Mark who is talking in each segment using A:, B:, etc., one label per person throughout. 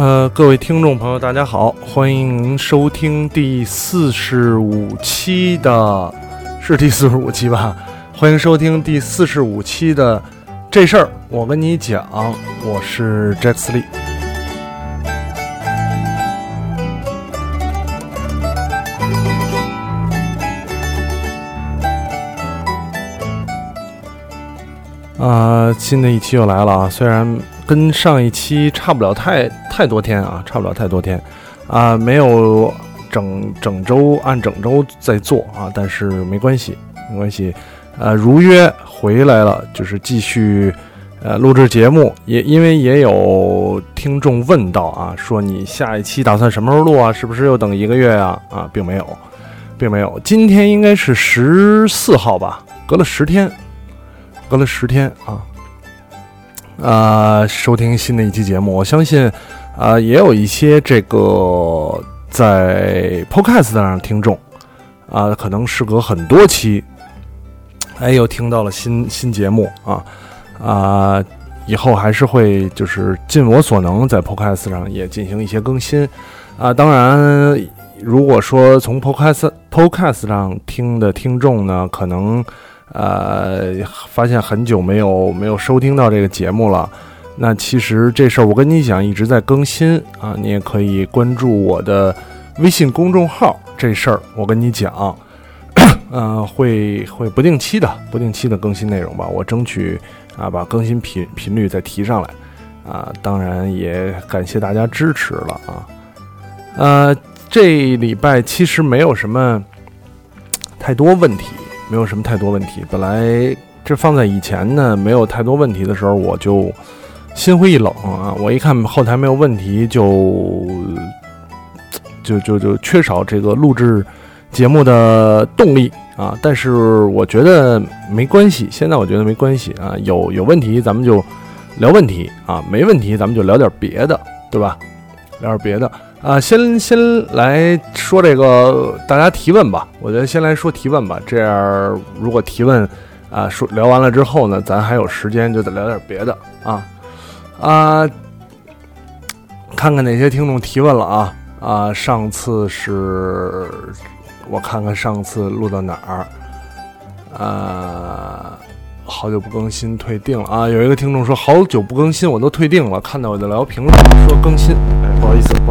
A: 各位听众朋友大家好，欢迎收听第45期的，是第45期吧？欢迎收听第45期的这事儿我跟你讲，我是 Jax Lee。新的一期又来了啊，虽然跟上一期差不了太多天啊，没有整周按整周在做啊，但是没关系，如约回来了，就是继续录制节目，因为也有听众问到啊，说你下一期打算什么时候录啊？是不是又等1个月啊？并没有，今天应该是14号吧，隔了10天啊。收听新的一期节目，我相信也有一些这个在 Podcast 上听众可能时隔很多期又听到了新节目以后还是会就是尽我所能在 Podcast 上也进行一些更新当然如果说从 Podcast 上听的听众呢，可能发现很久没有收听到这个节目了，那其实这事儿我跟你讲一直在更新你也可以关注我的微信公众号，这事儿我跟你讲会不定期的更新内容吧，我争取把更新频率再提上来当然也感谢大家支持了这礼拜其实没有什么太多问题，本来这放在以前呢，没有太多问题的时候，我就心灰意冷我一看后台没有问题，就缺少这个录制节目的动力但是我觉得没关系，现在我觉得没关系有问题咱们就聊问题没问题咱们就聊点别的，对吧？聊点别的先来说这个大家提问吧，我觉得先来说提问吧，这样如果提问说聊完了之后呢，咱还有时间就得聊点别的看看哪些听众提问了上次是我看看上次录到哪儿好久不更新退订了有一个听众说好久不更新我都退订了，看到我的聊评论说更新不好意思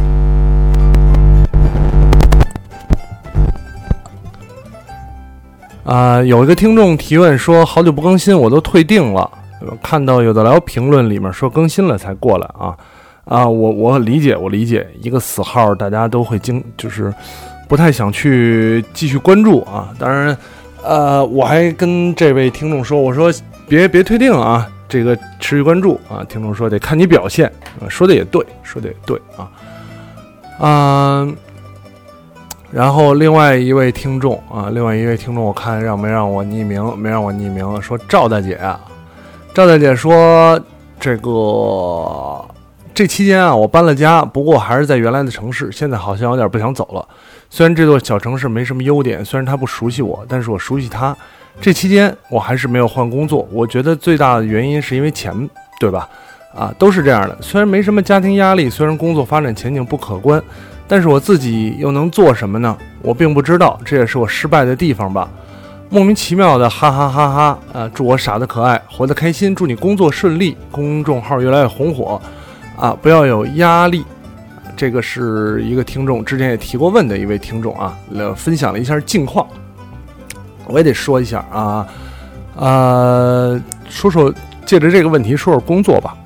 A: 有一个听众提问说好久不更新我都退订了，看到有的聊评论里面说更新了才过来我理解一个死号大家都会就是不太想去继续关注当然我还跟这位听众说，我说别退订这个持续关注听众说得看你表现说的也对然后另外一位听众我看没让我匿名说赵大姐说这期间我搬了家，不过还是在原来的城市，现在好像有点不想走了。虽然这座小城市没什么优点，虽然他不熟悉我，但是我熟悉他。这期间我还是没有换工作，我觉得最大的原因是因为钱，对吧？都是这样的。虽然没什么家庭压力，虽然工作发展前景不可观，但是我自己又能做什么呢？我并不知道，这也是我失败的地方吧。莫名其妙的哈哈哈哈祝我傻得可爱，活得开心，祝你工作顺利，公众号越来越红火不要有压力。这个是一个听众之前也提过问的一位听众分享了一下近况，我也得说一下说借着这个问题说说工作吧，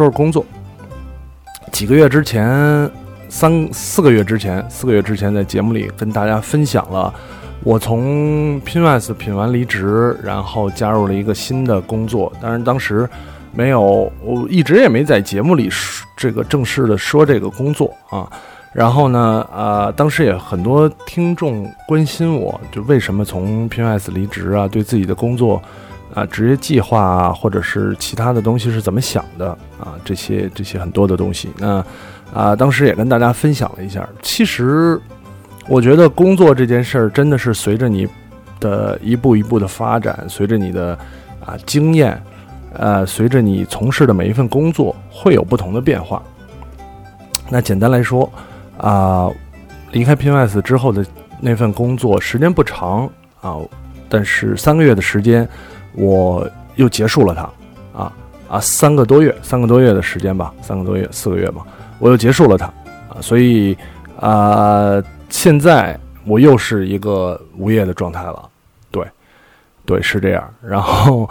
A: 几个月之前4个月之前在节目里跟大家分享了我从 Pinwise 品完离职，然后加入了一个新的工作，当然当时我一直也没在节目里这个正式的说这个工作然后呢当时也很多听众关心我就为什么从 Pinwise 离职对自己的工作职业计划或者是其他的东西是怎么想的这些很多的东西，那当时也跟大家分享了一下。其实我觉得工作这件事儿真的是随着你的一步一步的发展，随着你的经验随着你从事的每一份工作会有不同的变化那简单来说离开 Pinvis 之后的那份工作时间不长但是3个月的时间我又结束了它3个多月的时间吧，4个月吧，我又结束了它所以现在我又是一个无业的状态了，对，是这样。然后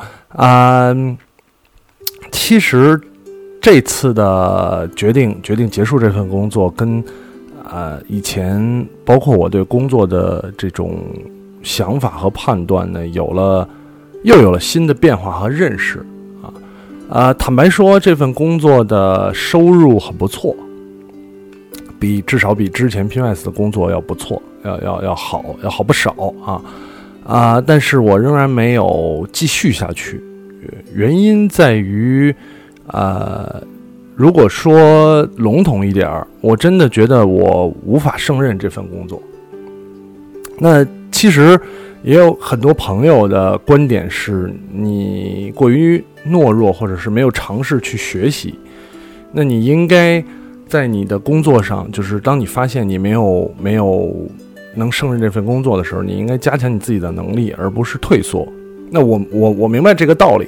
A: 其实这次的决定结束这份工作，跟以前包括我对工作的这种想法和判断呢，又有了新的变化和认识坦白说，这份工作的收入很不错，至少比之前 Pinvis 的工作要不错，要好不少但是我仍然没有继续下去，原因在于如果说笼统一点，我真的觉得我无法胜任这份工作。那其实也有很多朋友的观点是，你过于懦弱，或者是没有尝试去学习，那你应该在你的工作上，就是当你发现你没有能胜任这份工作的时候，你应该加强你自己的能力，而不是退缩。那我明白这个道理，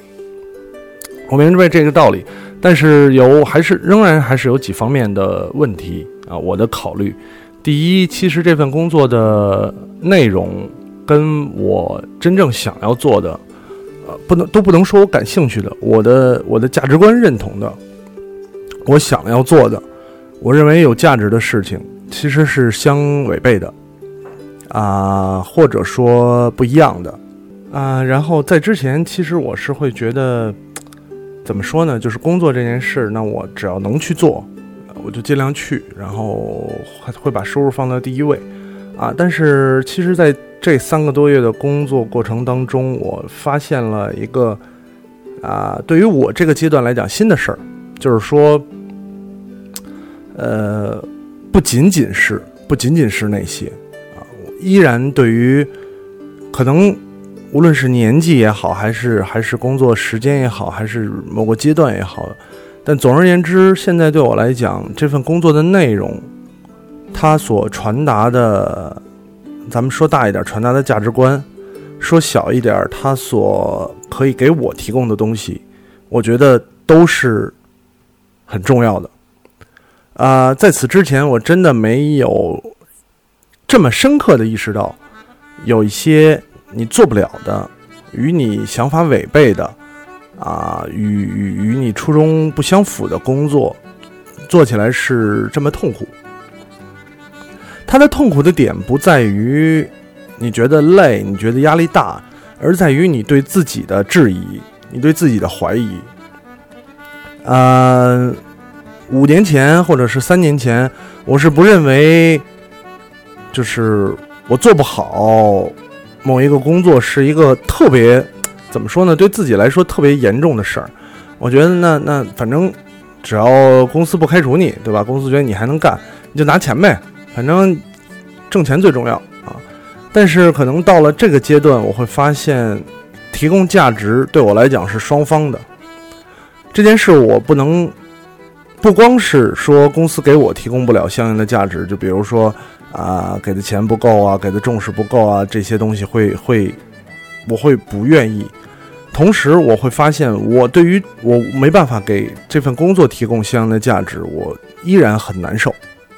A: 但是仍然还是有几方面的问题我的考虑。第一，其实这份工作的内容跟我真正想要做的不能说我感兴趣的，我的价值观认同的，我想要做的，我认为有价值的事情，其实是相违背的或者说不一样的然后在之前，其实我是会觉得怎么说呢，就是工作这件事，那我只要能去做，我就尽量去，然后会把收入放到第一位但是其实在这3个多月的工作过程当中，我发现了一个对于我这个阶段来讲新的事儿，就是说不仅仅是那些我依然对于可能无论是年纪也好，还是工作时间也好，还是某个阶段也好，但总而言之，现在对我来讲，这份工作的内容，它所传达的，咱们说大一点，传达的价值观，说小一点，它所可以给我提供的东西，我觉得都是很重要的在此之前，我真的没有这么深刻的意识到，有一些你做不了的，与你想法违背的与你初衷不相符的工作，做起来是这么痛苦。它的痛苦的点不在于你觉得累，你觉得压力大，而在于你对自己的质疑，你对自己的怀疑。5年前或者是3年前，我是不认为就是我做不好某一个工作是一个特别怎么说呢，对自己来说特别严重的事儿。我觉得那反正只要公司不开除你，对吧？公司觉得你还能干，你就拿钱呗，反正挣钱最重要但是可能到了这个阶段，我会发现提供价值对我来讲是双方的。这件事我不光是说公司给我提供不了相应的价值，就比如说给的钱不够给的重视不够这些东西我会不愿意。同时我会发现我没办法给这份工作提供相应的价值，我依然很难受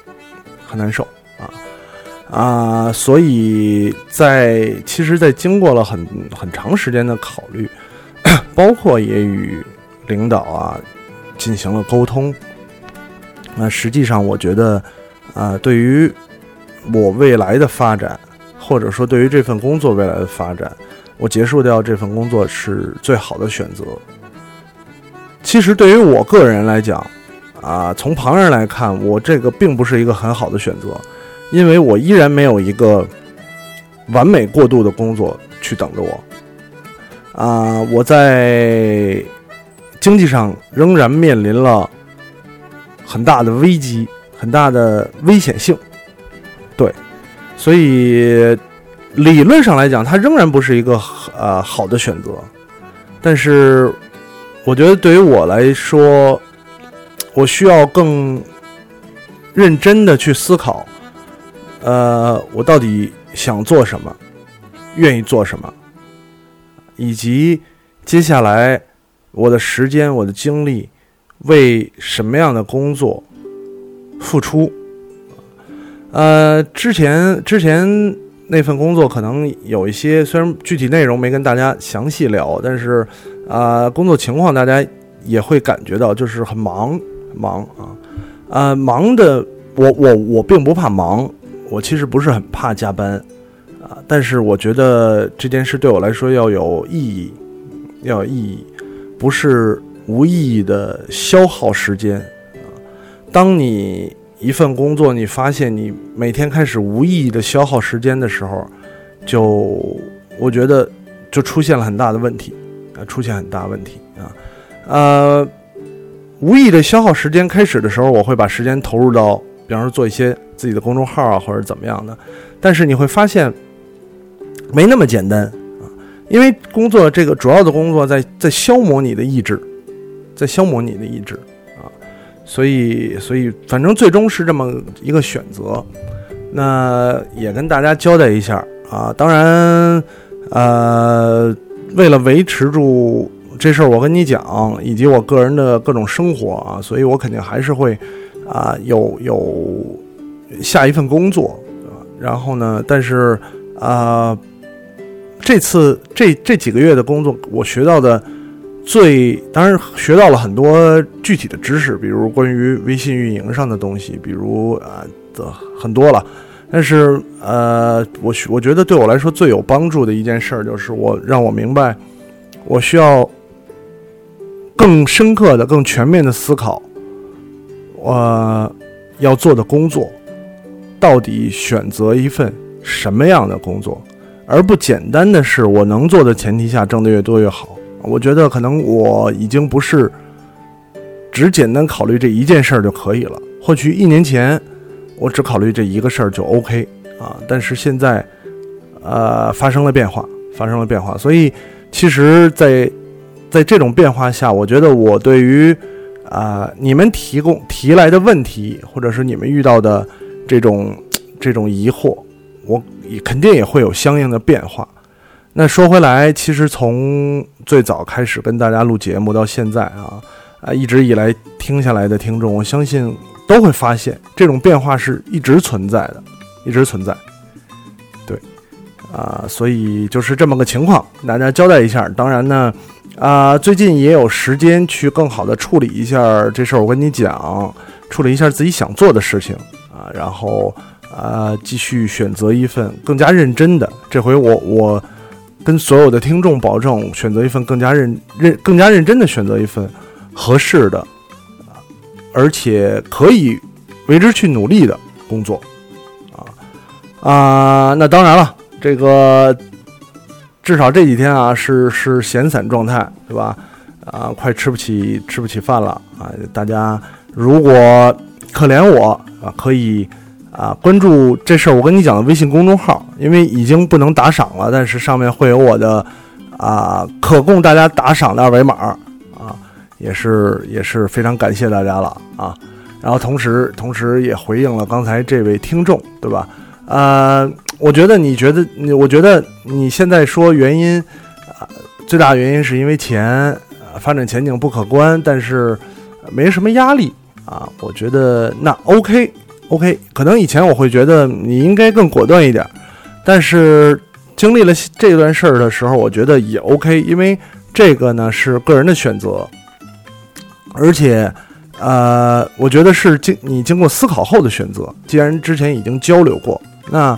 A: 所以其实在经过了很长时间的考虑，包括也与领导进行了沟通，实际上我觉得对于我未来的发展，或者说对于这份工作未来的发展，我结束掉这份工作是最好的选择。其实对于我个人来讲从旁人来看，我这个并不是一个很好的选择，因为我依然没有一个完美过渡的工作去等着我我在经济上仍然面临了很大的危机，很大的危险性，对，所以理论上来讲，它仍然不是一个好的选择。但是我觉得对于我来说，我需要更认真的去思考，我到底想做什么，愿意做什么，以及接下来我的时间、我的精力为什么样的工作付出。之前那份工作可能有一些，虽然具体内容没跟大家详细聊，但是工作情况大家也会感觉到，就是很忙啊。忙的我并不怕忙，我其实不是很怕加班啊，但是我觉得这件事对我来说要有意义，不是无意义的消耗时间啊。当你一份工作你发现你每天开始无意义的消耗时间的时候，我觉得就出现了很大的问题啊。无意义的消耗时间开始的时候，我会把时间投入到比方说做一些自己的公众号啊，或者怎么样的，但是你会发现没那么简单啊，因为工作这个主要的工作在消磨你的意志，啊，所以反正最终是这么一个选择。那也跟大家交代一下啊，当然为了维持住这事儿我跟你讲，以及我个人的各种生活啊，所以我肯定还是会有下一份工作，然后呢，但是这次这几个月的工作，我学到的当然学到了很多具体的知识，比如关于微信运营上的东西，比如很多了。但是我觉得对我来说最有帮助的一件事就是让我明白，我需要更深刻的、更全面的思考，我要做的工作到底选择一份什么样的工作，而不简单的是我能做的前提下挣得越多越好。我觉得可能我已经不是只简单考虑这一件事就可以了，或许1年前我只考虑这一个事儿就 OK 啊，但是现在发生了变化，所以其实在这种变化下，我觉得我对于你们提来的问题，或者是你们遇到的这种疑惑，我肯定也会有相应的变化。那说回来，其实从最早开始跟大家录节目到现在一直以来听下来的听众，我相信都会发现这种变化是一直存在的，对所以就是这么个情况，大家交代一下。当然呢最近也有时间去更好的处理一下这事儿，我跟你讲，处理一下自己想做的事情然后继续选择一份更加认真的，这回我跟所有的听众保证，选择一份更加认真的选择一份合适的而且可以为之去努力的工作那当然了，这个至少这几天是闲散状态，对吧？快吃不起饭了大家如果可怜我可以关注这事儿我跟你讲的微信公众号，因为已经不能打赏了，但是上面会有我的可供大家打赏的二维码也是非常感谢大家了然后同时也回应了刚才这位听众，对吧？我觉得你现在说原因最大的原因是因为钱发展前景不可观，但是没什么压力我觉得那 OK， 可能以前我会觉得你应该更果断一点，但是经历了这段事儿的时候，我觉得也 OK， 因为这个呢是个人的选择，而且我觉得是你经过思考后的选择。既然之前已经交流过，那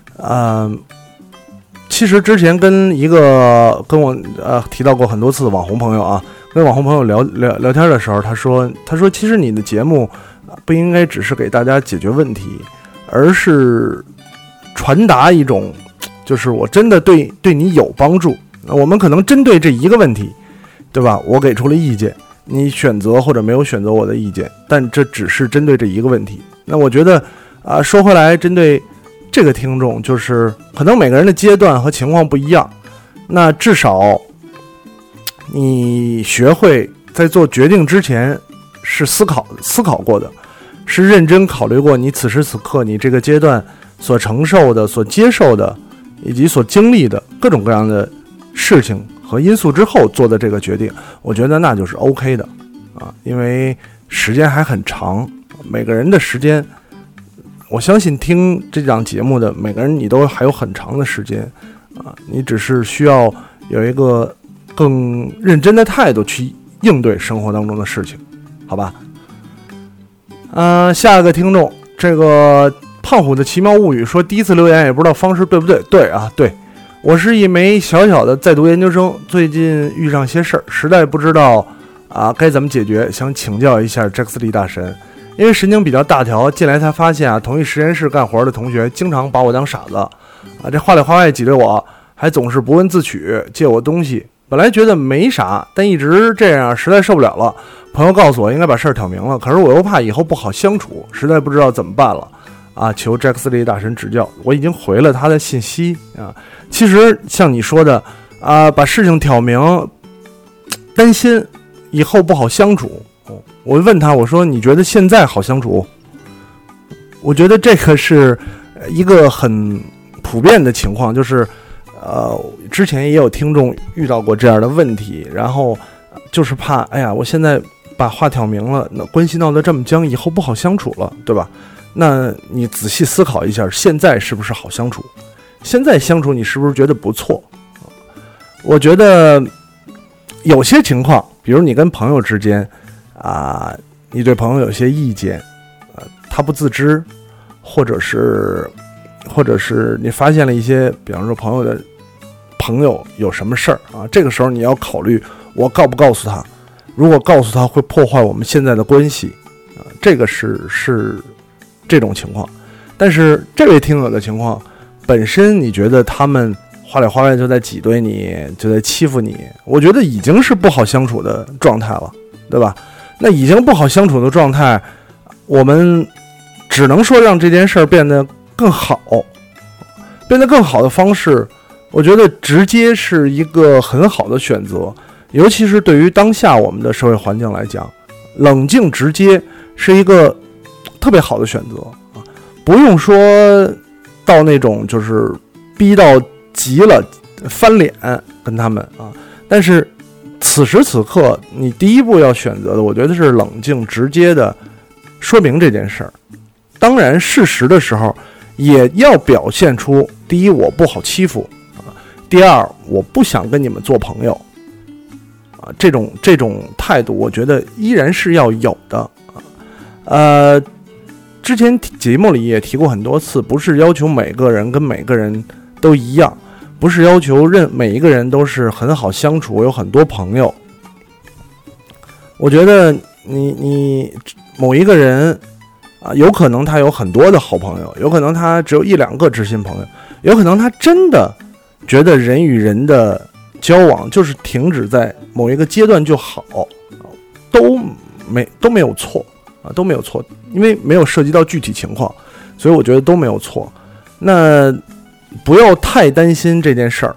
A: 其实之前跟我提到过很多次的网红朋友跟网红朋友聊天的时候，他说其实你的节目不应该只是给大家解决问题，而是传达一种就是我真的对你有帮助。我们可能针对这一个问题，对吧？我给出了意见，你选择或者没有选择我的意见，但这只是针对这一个问题。那我觉得说回来，针对这个听众，就是可能每个人的阶段和情况不一样，那至少你学会在做决定之前是思考过的， 是认真考虑过你此时此刻你这个阶段所承受的、所接受的以及所经历的各种各样的事情和因素之后做的这个决定，我觉得那就是 OK 的啊，因为时间还很长，每个人的时间，我相信听这档节目的每个人你都还有很长的时间啊，你只是需要有一个更认真的态度去应对生活当中的事情，好吧？下一个听众，这个胖虎的奇妙物语说第一次留言也不知道方式对不对？对啊，对，我是一枚小小的在读研究生，最近遇上些事儿，实在不知道该怎么解决，想请教一下杰克斯利大神。因为神经比较大条，进来才发现同一实验室干活的同学经常把我当傻子这话里话外挤兑我，还总是不问自取，借我东西。本来觉得没啥，但一直这样实在受不了了。朋友告诉我应该把事儿挑明了，可是我又怕以后不好相处，实在不知道怎么办了求杰克斯利大神指教。我已经回了他的信息其实像你说的把事情挑明，担心以后不好相处。我问他，我说你觉得现在好相处？我觉得这个是一个很普遍的情况，就是之前也有听众遇到过这样的问题，然后就是怕哎呀我现在把话挑明了，那关系闹得这么僵，以后不好相处了，对吧？那你仔细思考一下，现在是不是好相处？现在相处你是不是觉得不错？我觉得有些情况，比如你跟朋友之间你对朋友有些意见他不自知，或者是你发现了一些，比方说朋友有什么事儿这个时候你要考虑我告不告诉他，如果告诉他会破坏我们现在的关系这个是这种情况。但是这位听友的情况本身，你觉得他们话里话外就在挤兑你，就在欺负你，我觉得已经是不好相处的状态了，对吧？那已经不好相处的状态，我们只能说让这件事儿变得更好。变得更好的方式，我觉得直接是一个很好的选择，尤其是对于当下我们的社会环境来讲，冷静直接是一个特别好的选择不用说到那种就是逼到急了翻脸跟他们但是此时此刻你第一步要选择的，我觉得是冷静直接的说明这件事儿。当然事实的时候也要表现出，第一我不好欺负第二我不想跟你们做朋友这种态度我觉得依然是要有的之前节目里也提过很多次，不是要求每个人跟每个人都一样，不是要求每一个人都是很好相处，有很多朋友。我觉得你某一个人有可能他有很多的好朋友，有可能他只有一两个知心朋友，有可能他真的觉得人与人的交往就是停止在某一个阶段就好，都没有错都没有错，因为没有涉及到具体情况，所以我觉得都没有错。那不要太担心这件事儿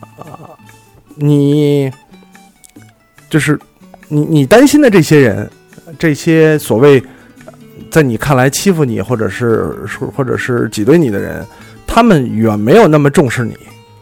A: 你就是你担心的这些人，这些所谓在你看来欺负你或者是挤兑你的人，他们远没有那么重视你，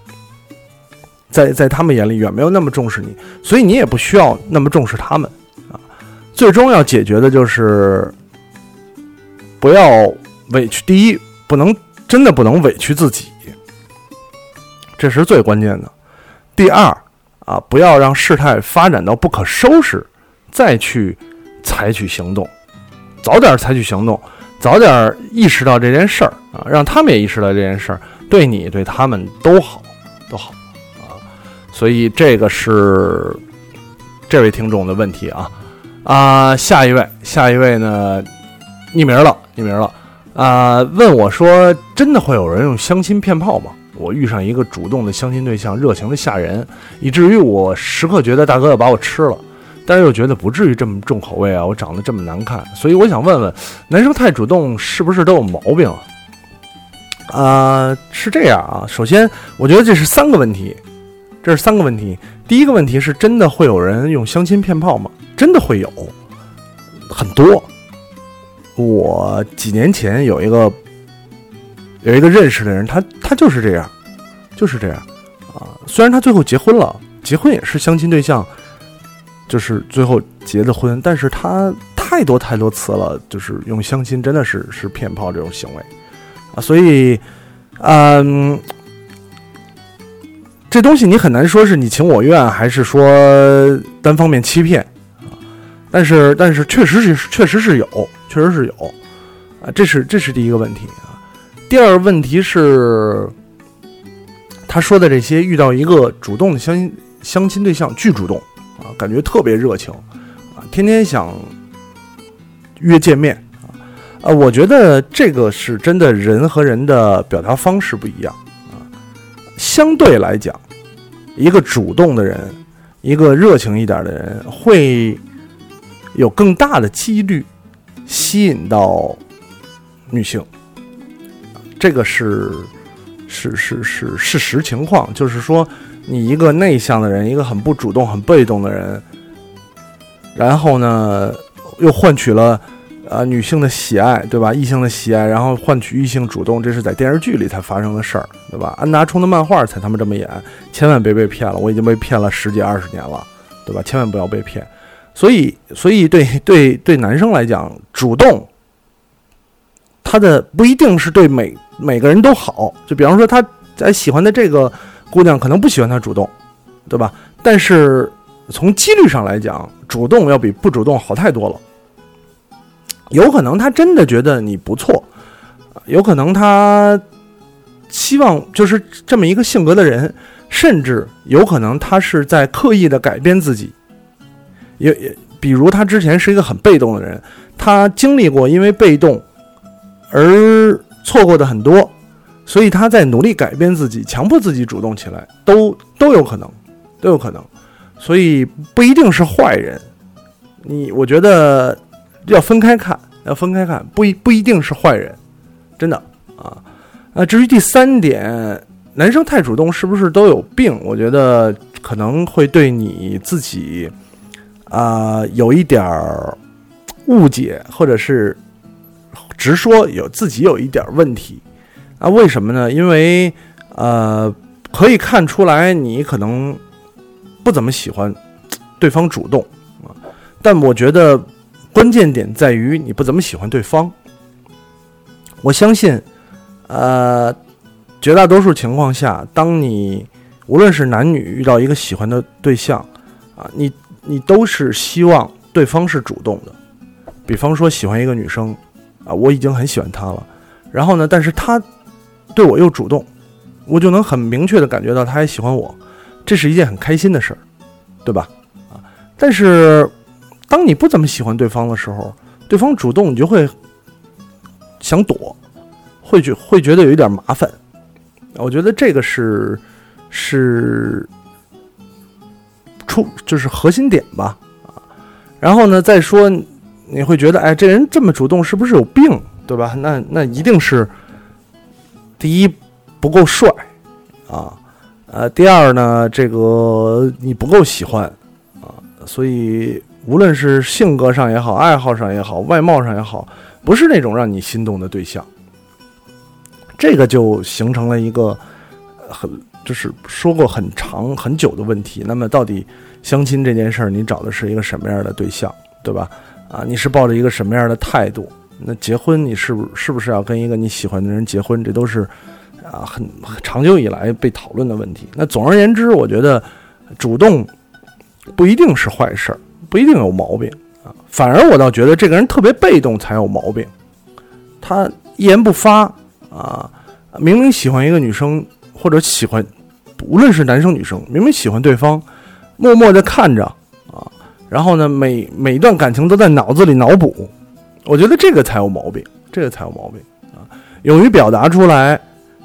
A: 在他们眼里远没有那么重视你，所以你也不需要那么重视他们最终要解决的就是不要委屈，第一真的不能委屈自己，这是最关键的。第二不要让事态发展到不可收拾再去采取行动，早点采取行动，早点意识到这件事儿让他们也意识到这件事儿，对你对他们都好所以这个是这位听众的问题下一位呢匿名了问我说真的会有人用相亲骗炮吗？我遇上一个主动的相亲对象，热情的吓人，以至于我时刻觉得大哥要把我吃了，但是又觉得不至于这么重口味我长得这么难看，所以我想问问，男生太主动是不是都有毛病是这样首先我觉得这是三个问题。第一个问题是真的会有人用相亲骗炮吗？真的会有很多， 我几年前有一个认识的人，他就是这样啊。虽然他最后结婚了，结婚也是相亲对象，就是最后结的婚，但是他太多次了，就是用相亲真的是骗炮这种行为啊。所以这东西你很难说是你情我愿，还是说单方面欺骗啊？但是确实是有啊，这是第一个问题啊。第二个问题是，他说的这些遇到一个主动的相亲对象，巨主动啊，感觉特别热情啊，天天想约见面啊。我觉得这个是真的，人和人的表达方式不一样。相对来讲，一个主动的人，一个热情一点的人，会有更大的几率吸引到女性，这个是事实情况。就是说，你一个内向的人，一个很不主动、很被动的人，然后呢，又换取了女性的喜爱，对吧？异性的喜爱，然后换取异性主动，这是在电视剧里才发生的事儿，对吧？安达充的漫画才他们这么演，千万别被骗了，我已经被骗了10几20年了，对吧？千万不要被骗。所以对男生来讲，主动，他的不一定是对每个人都好。就比方说他在喜欢的这个姑娘可能不喜欢他主动，对吧？但是从几率上来讲，主动要比不主动好太多了。有可能他真的觉得你不错，有可能他希望就是这么一个性格的人，甚至有可能他是在刻意的改变自己。也比如他之前是一个很被动的人，他经历过因为被动而错过的很多，所以他在努力改变自己，强迫自己主动起来，都有可能。所以不一定是坏人，我觉得要分开看，不一定是坏人，真的啊。至于第三点，男生太主动是不是都有病？我觉得可能会对你自己有一点误解，或者是直说自己有一点问题啊。为什么呢？因为可以看出来你可能不怎么喜欢对方主动啊，但我觉得关键点在于你不怎么喜欢对方。我相信绝大多数情况下，当你无论是男女遇到一个喜欢的对象啊，你都是希望对方是主动的。比方说喜欢一个女生啊，我已经很喜欢她了，然后呢，但是她对我又主动，我就能很明确的感觉到她还喜欢我，这是一件很开心的事儿，对吧？但是当你不怎么喜欢对方的时候，对方主动，你就会想躲，会觉得有一点麻烦。我觉得这个就是核心点吧。然后呢，再说你会觉得，这人这么主动是不是有病，对吧？那一定是第一不够帅第二呢，这个你不够喜欢所以无论是性格上也好，爱好上也好，外貌上也好，不是那种让你心动的对象。这个就形成了一个就是说过很长很久的问题。那么到底相亲这件事儿，你找的是一个什么样的对象，对吧？你是抱着一个什么样的态度？那结婚你是不是要跟一个你喜欢的人结婚？这都是很长久以来被讨论的问题。那总而言之，我觉得主动不一定是坏事，不一定有毛病反而我倒觉得这个人特别被动才有毛病。他一言不发明明喜欢一个女生，或者喜欢，无论是男生女生，明明喜欢对方，默默地看着然后呢，每一段感情都在脑子里脑补。我觉得这个才有毛病，勇于表达出来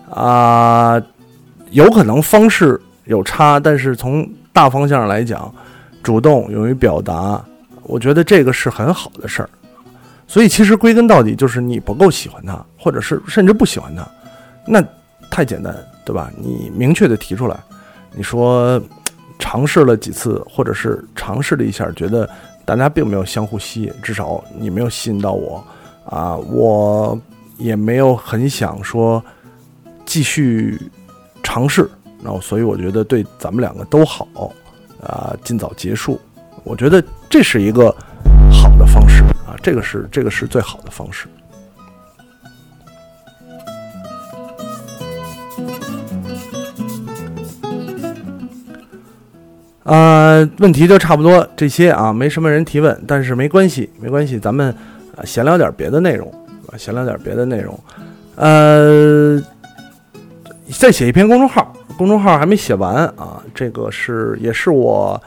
A: 有可能方式有差，但是从大方向上来讲，主动勇于表达，我觉得这个是很好的事儿。所以其实归根到底就是你不够喜欢他，或者是甚至不喜欢他，那太简单，对吧？你明确的提出来，你说尝试了几次，或者是尝试了一下，觉得大家并没有相互吸引，至少你没有吸引到我我也没有很想说继续尝试，所以我觉得对咱们两个都好尽早结束，我觉得这是一个好的方式这个是最好的方式。问题就差不多这些没什么人提问，但是没关系，咱们闲聊点别的内容，再写一篇公众号还没写完这个也是我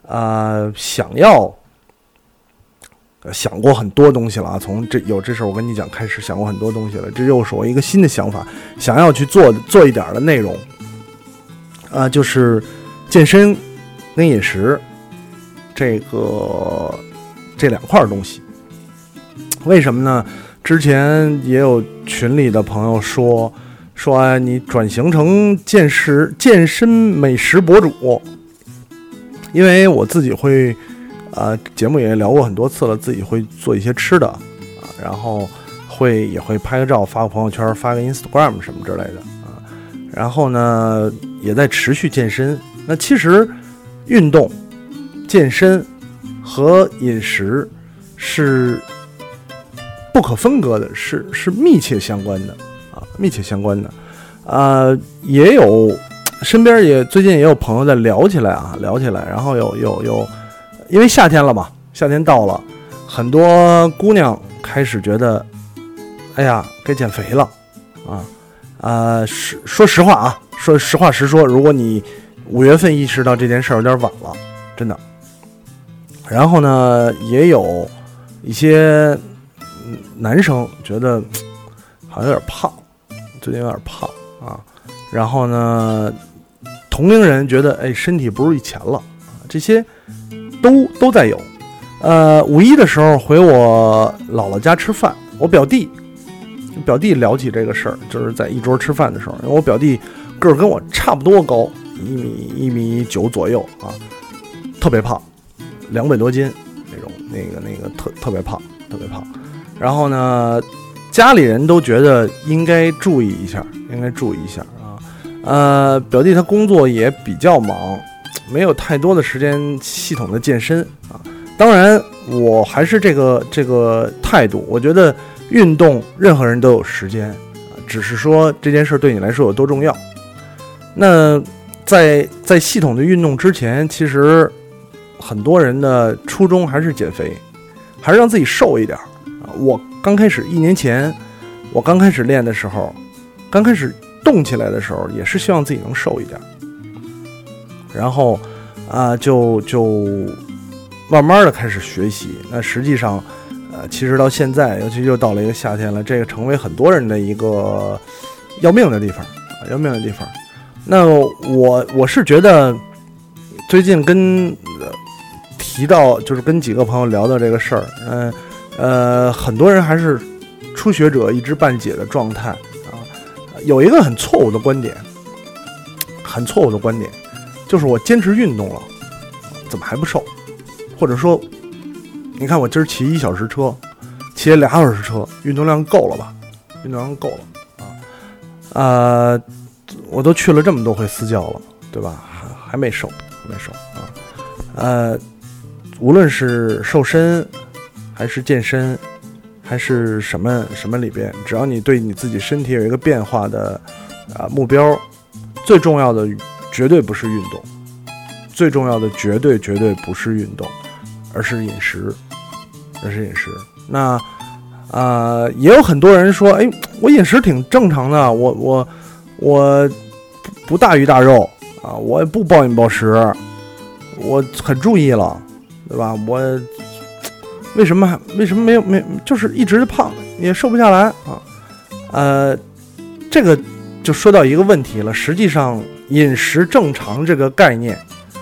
A: 想过很多东西了从这事儿我跟你讲开始想过很多东西了，这又是我一个新的想法，想要去做一点的内容就是健身跟饮食这两块东西。为什么呢？之前也有群里的朋友说你转型成健身美食博主，因为我自己会节目也聊过很多次了，自己会做一些吃的然后也会拍个照发个朋友圈发个 Instagram 什么之类的然后呢也在持续健身。那其实运动、健身和饮食是不可分割的，是密切相关的也有身边最近也有朋友在聊起来，然后有因为夏天了嘛，夏天到了，很多姑娘开始觉得哎呀该减肥了说实话说实话实说，如果你5月份意识到这件事儿有点晚了，真的。然后呢也有一些男生觉得好像有点胖，最近有点胖然后呢同龄人觉得身体不如以前了这些都在有。5一的时候回我姥姥家吃饭，我表弟聊起这个事儿，就是在一桌吃饭的时候，因为我表弟个儿跟我差不多高，1.9米左右特别胖，200多斤那种，那个特别胖。然后呢家里人都觉得应该注意一下表弟他工作也比较忙，没有太多的时间系统的健身当然我还是这个态度，我觉得运动任何人都有时间只是说这件事对你来说有多重要。那在系统的运动之前，其实很多人的初衷还是减肥，还是让自己瘦一点我刚开始1年前我刚开始练的时候，刚开始动起来的时候，也是希望自己能瘦一点，然后就慢慢的开始学习。那实际上其实到现在，尤其又到了一个夏天了，这个成为很多人的一个要命的地方。那我是觉得最近提到就是跟几个朋友聊到这个事儿很多人还是初学者一知半解的状态有一个很错误的观点，就是我坚持运动了怎么还不瘦，或者说你看我今儿骑1小时车，骑了2小时车，运动量够了吧？我都去了这么多回私教了，对吧？还没瘦无论是瘦身还是健身还是什么里边，只要你对你自己身体有一个变化的目标，最重要的绝对不是运动，最重要的绝对不是运动，而是饮食。那也有很多人说我饮食挺正常的，我不大鱼大肉我也不暴饮暴食，我很注意了，对吧？我为什么没就是一直胖也瘦不下来这个就说到一个问题了。实际上饮食正常这个概念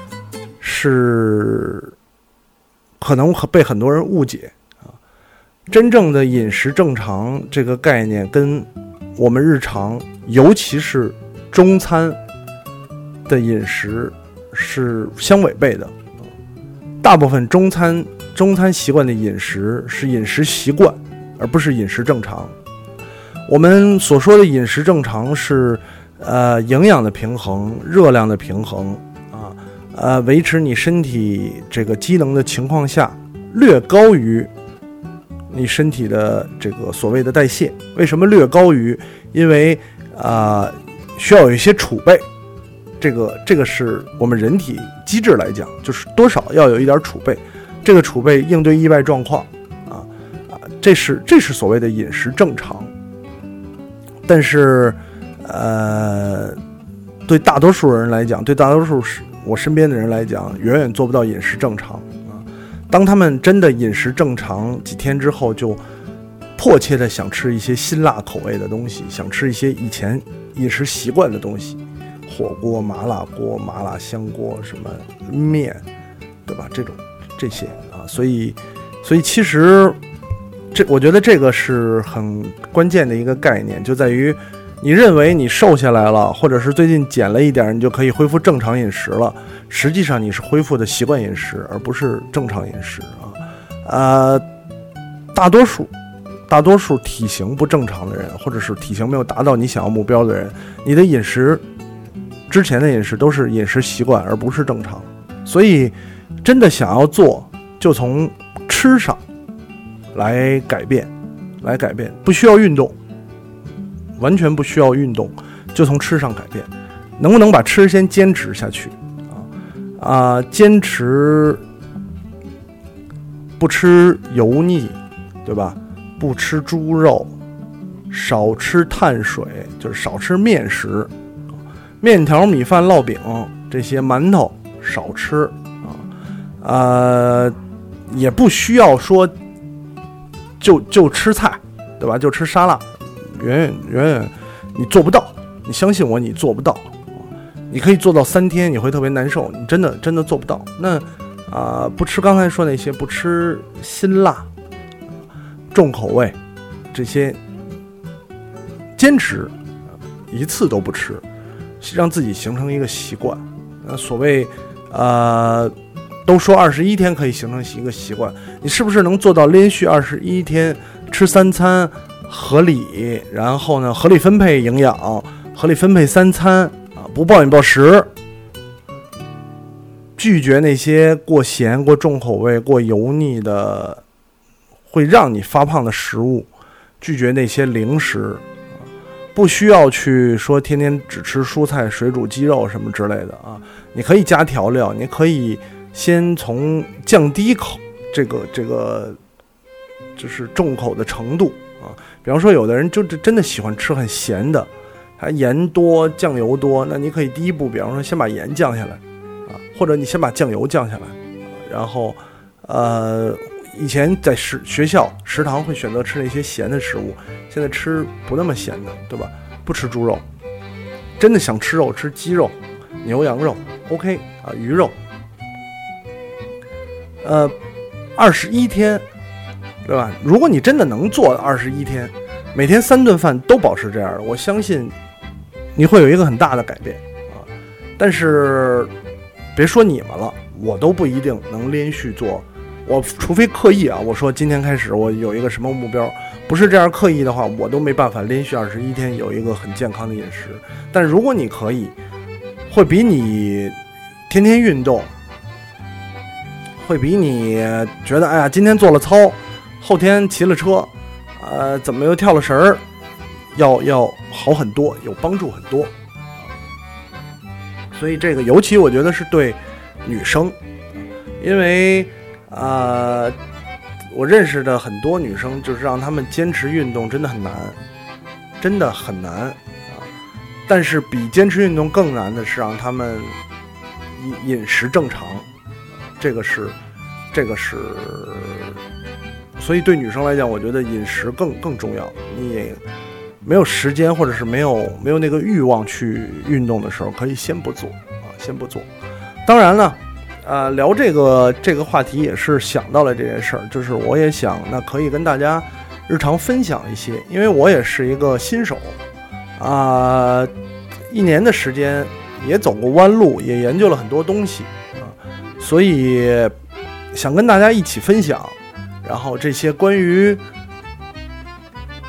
A: 是可能被很多人误解真正的饮食正常这个概念跟我们日常尤其是中餐的饮食是相违背的。大部分中餐习惯的饮食是饮食习惯， 而不是饮食正常。我们所说的饮食正常是营养的平衡、热量的平衡维持你身体这个机能的情况下略高于你身体的这个所谓的代谢。为什么略高于？因为需要有一些储备，这个是我们人体机制来讲，就是多少要有一点储备，这个储备应对意外状况这是所谓的饮食正常。但是对大多数人来讲，对大多数我身边的人来讲，远远做不到饮食正常当他们真的饮食正常几天之后，就迫切的想吃一些辛辣口味的东西，想吃一些以前饮食习惯的东西，火锅、麻辣锅、麻辣香锅，什么面，对吧？这些所以其实我觉得这个是很关键的一个概念，就在于你认为你瘦下来了，或者是最近减了一点，你就可以恢复正常饮食了。实际上你是恢复的习惯饮食，而不是正常饮食大多数体型不正常的人，或者是体型没有达到你想要目标的人，你的饮食之前的饮食都是饮食习惯，而不是正常。所以真的想要做，就从吃上来改变，不需要运动，完全不需要运动，就从吃上改变。能不能把吃先坚持下去坚持不吃油腻，对吧？不吃猪肉，少吃碳水，就是少吃面食，面条、米饭、烙饼这些，馒头少吃也不需要说就吃菜，对吧？就吃沙拉，远远你做不到，你相信我，你做不到。你可以做到3天，你会特别难受，你真的做不到。那不吃刚才说那些，不吃辛辣、重口味这些，坚持一次都不吃，让自己形成一个习惯。所谓都说21天可以形成一个习惯，你是不是能做到连续21天吃3餐合理，然后呢合理分配营养，合理分配3餐不暴饮暴食，拒绝那些过咸、过重口味、过油腻的会让你发胖的食物，拒绝那些零食，不需要去说天天只吃蔬菜、水煮鸡肉什么之类的你可以加调料，你可以先从降低这个就是重口的程度比方说有的人就真的喜欢吃很咸的，它盐多酱油多，那你可以第一步比方说先把盐降下来或者你先把酱油降下来然后以前在学校食堂会选择吃那些咸的食物，现在吃不那么咸的，对吧？不吃猪肉，真的想吃肉吃鸡肉、牛羊肉 OK 鱼肉21天，对吧？如果你真的能做21天，每天3顿饭都保持这样的，我相信你会有一个很大的改变但是别说你们了，我都不一定能连续做，我除非刻意我说今天开始我有一个什么目标，不是这样刻意的话，我都没办法连续21天有一个很健康的饮食。但如果你可以，会比你天天运动，会比你觉得哎呀今天做了操，后天骑了车怎么又跳了绳儿要好很多，有帮助很多。所以这个尤其我觉得是对女生，因为我认识的很多女生，就是让她们坚持运动真的很难，真的很难但是比坚持运动更难的是让她们饮食正常，这个是，所以对女生来讲，我觉得饮食更重要。你没有时间或者是没有那个欲望去运动的时候，可以先不做先不做。当然了聊这个话题也是想到了这件事儿，就是我也想那可以跟大家日常分享一些，因为我也是一个新手1年的时间也走过弯路，也研究了很多东西所以想跟大家一起分享，然后这些关于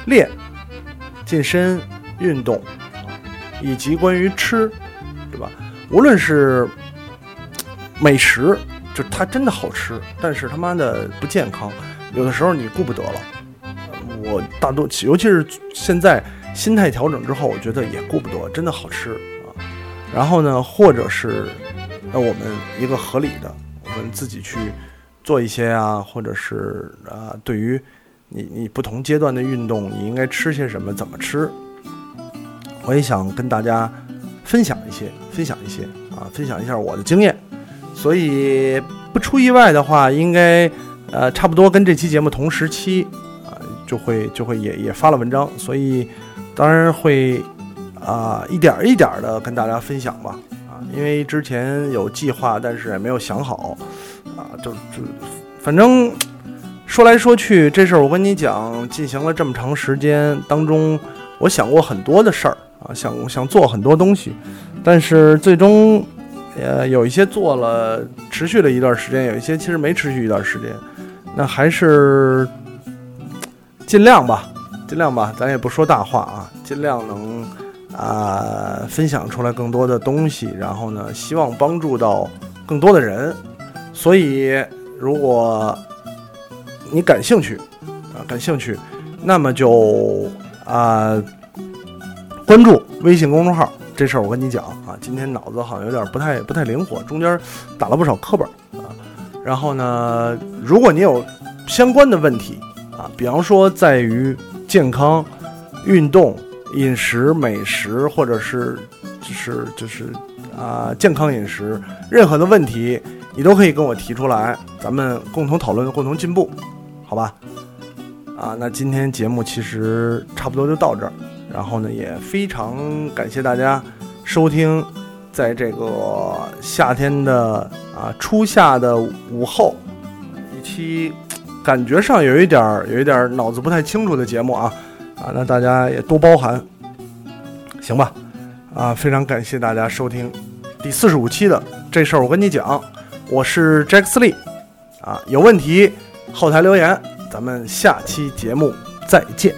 A: 练、健身、运动，以及关于吃，对吧？无论是美食，就它真的好吃，但是他妈的不健康，有的时候你顾不得了。我大多尤其是现在心态调整之后，我觉得也顾不得，真的好吃啊。然后呢，或者是我们一个合理的，我们自己去做一些啊，或者是对于你不同阶段的运动，你应该吃些什么，怎么吃，我也想跟大家分享一些啊，分享一下我的经验。所以不出意外的话，应该差不多跟这期节目同时期啊，就会也发了文章，所以当然会一点一点的跟大家分享吧啊，因为之前有计划，但是也没有想好啊，就反正说来说去，这事儿我跟你讲，进行了这么长时间当中，我想过很多的事儿啊，想做很多东西，但是最终有一些做了，持续了一段时间，有一些其实没持续一段时间，那还是尽量吧，咱也不说大话啊，尽量能分享出来更多的东西，然后呢，希望帮助到更多的人。所以如果你感兴趣，那么就关注微信公众号。这事儿我跟你讲啊，今天脑子好像有点不太灵活，中间打了不少课本啊。然后呢，如果你有相关的问题啊，比方说在于健康、运动、饮食、美食，或者是就是健康饮食，任何的问题你都可以跟我提出来，咱们共同讨论，共同进步，好吧？那今天节目其实差不多就到这儿。然后呢，也非常感谢大家收听，在这个夏天的初夏的午后一期，感觉上有一点脑子不太清楚的节目那大家也多包涵，行吧？非常感谢大家收听第45期的这事儿我跟你讲，我是 Jack Lee 有问题后台留言，咱们下期节目再见。